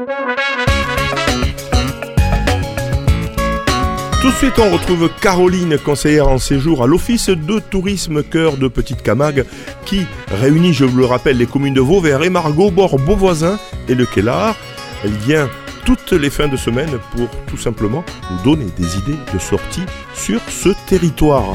Tout de suite, on retrouve Caroline, conseillère en séjour à l'Office de tourisme Cœur de Petite Camargue, qui réunit, je vous le rappelle, les communes de Vauvert et Margaux, Bord, Beauvoisin et le Quélard. Elle vient toutes les fins de semaine pour tout simplement nous donner des idées de sortie sur ce territoire.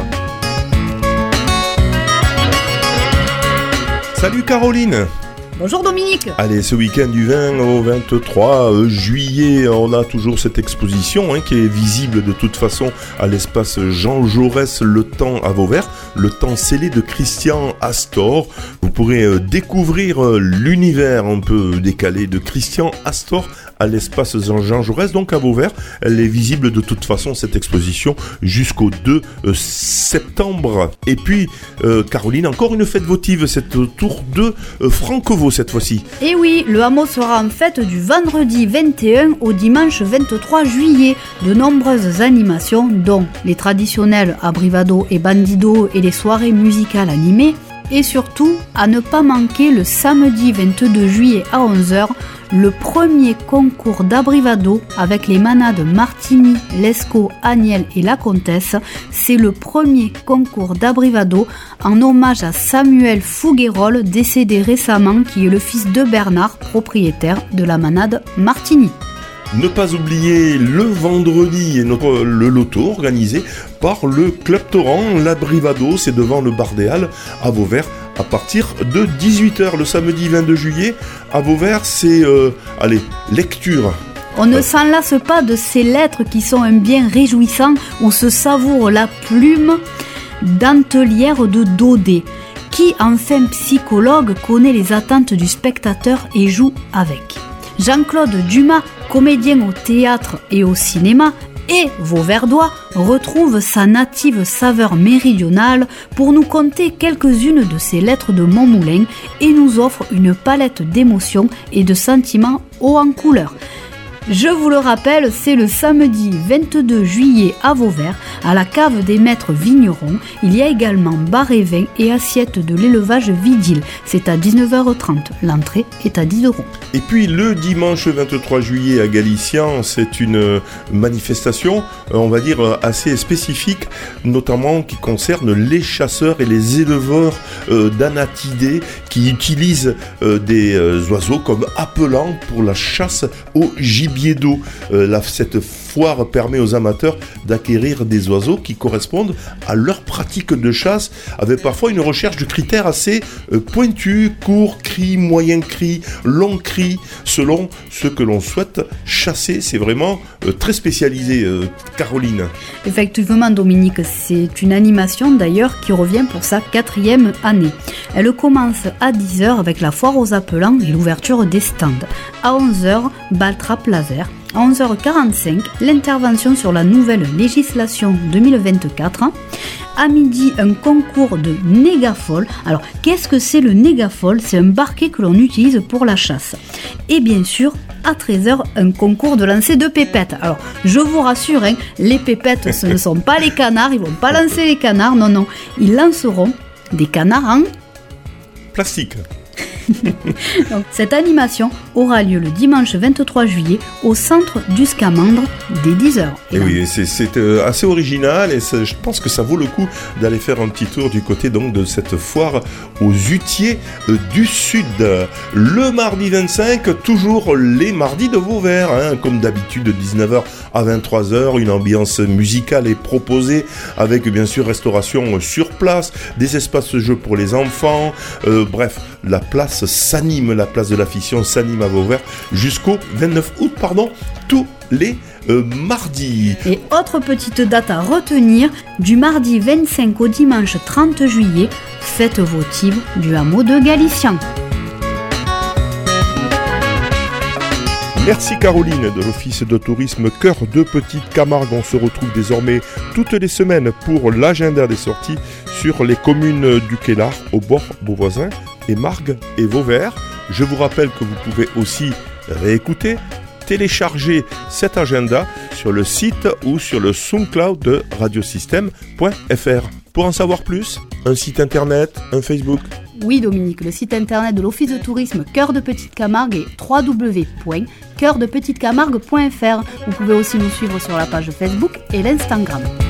Salut Caroline! Bonjour Dominique. Allez, ce week-end du 20 au 23 juillet, on a toujours cette exposition qui est visible de toute façon à l'espace Jean Jaurès, le temps à Vauvert, le temps scellé de Christian Astor. Vous pourrez découvrir l'univers un peu décalé de Christian Astor à l'espace Jean Jaurès, donc à Vauvert. Elle est visible de toute façon, cette exposition, jusqu'au 2 septembre. Et puis, Caroline, encore une fête votive, c'est au tour de Franquevaux cette fois-ci. Et oui, le hameau sera en fête du vendredi 21 au dimanche 23 juillet. De nombreuses animations, dont les traditionnels abrivado et bandido et les soirées musicales animées. Et surtout, à ne pas manquer le samedi 22 juillet à 11h, le premier concours d'abrivado avec les manades Martini, Lescaut, Agnel et la Comtesse. C'est le premier concours d'abrivado en hommage à Samuel Fouguerolles, décédé récemment, qui est le fils de Bernard, propriétaire de la manade Martini. Ne pas oublier le vendredi le loto organisé par le Club Torrent. L'Abrivado, c'est devant le Bar des Halles à Vauvert à partir de 18h. Le samedi 22 juillet à Vauvert, c'est lecture. On ne s'en lasse pas de ces lettres qui sont un bien réjouissant où se savoure la plume dentelière de Daudet. Qui, enfin psychologue, connaît les attentes du spectateur et joue avec. Jean-Claude Dumas, comédien au théâtre et au cinéma, et Vauverdois, retrouve sa native saveur méridionale pour nous conter quelques-unes de ses lettres de Montmoulin et nous offre une palette d'émotions et de sentiments hauts en couleur. Je vous le rappelle, c'est le samedi 22 juillet à Vauvert, à la cave des maîtres vignerons. Il y a également bar et vin et assiette de l'élevage Vidil. C'est à 19h30. L'entrée est à 10 €. Et puis le dimanche 23 juillet à Galician, c'est une manifestation, on va dire, assez spécifique, notamment qui concerne les chasseurs et les éleveurs d'anatidés qui utilisent des oiseaux comme appelants pour la chasse au gibier d'eau. Cette foire permet aux amateurs d'acquérir des oiseaux qui correspondent à leur pratique de chasse, avec parfois une recherche de critères assez pointus, court cri, moyen cri, long cri, selon ce que l'on souhaite chasser. C'est vraiment très spécialisé, Caroline. Effectivement, Dominique, c'est une animation d'ailleurs qui revient pour sa 4e année. Elle commence à 10h avec la foire aux appelants et l'ouverture des stands. À 11h, bal trappe laser. À 11h45, l'intervention sur la nouvelle législation 2024. À midi, un concours de négafol. Alors, qu'est-ce que c'est le négafol ? C'est un barquet que l'on utilise pour la chasse. Et bien sûr, à 13h, un concours de lancer de pépettes. Alors, je vous rassure, les pépettes, ce ne sont pas les canards. Ils ne vont pas lancer les canards. Non. Ils lanceront des canards en plastique. Donc, cette animation aura lieu le dimanche 23 juillet au centre du Scamandre dès 10h. Et oui, c'est assez original et je pense que ça vaut le coup d'aller faire un petit tour du côté donc de cette foire aux Hutiers du Sud. Le mardi 25, toujours les mardis de Vauvert, comme d'habitude de 19h à 23h, une ambiance musicale est proposée avec bien sûr restauration sur place, des espaces de jeu pour les enfants, bref, la place s'anime, la place de la fiction s'anime à Vauvert jusqu'au 29 août, tous les mardis. Et autre petite date à retenir, du mardi 25 au dimanche 30 juillet, fête votive du hameau de Galician. Merci Caroline de l'Office de tourisme Cœur de Petite Camargue. On se retrouve désormais toutes les semaines pour l'agenda des sorties sur les communes du Quélard, au bord Beauvoisin et Margues et Vauvert. Je vous rappelle que vous pouvez aussi réécouter, télécharger cet agenda sur le site ou sur le SoundCloud de radiosystème.fr. Pour en savoir plus, un site internet, un Facebook? Oui Dominique, le site internet de l'Office de tourisme Cœur de Petite Camargue est www.coeurdepetitecamargue.fr. Vous pouvez aussi nous suivre sur la page Facebook et l'Instagram.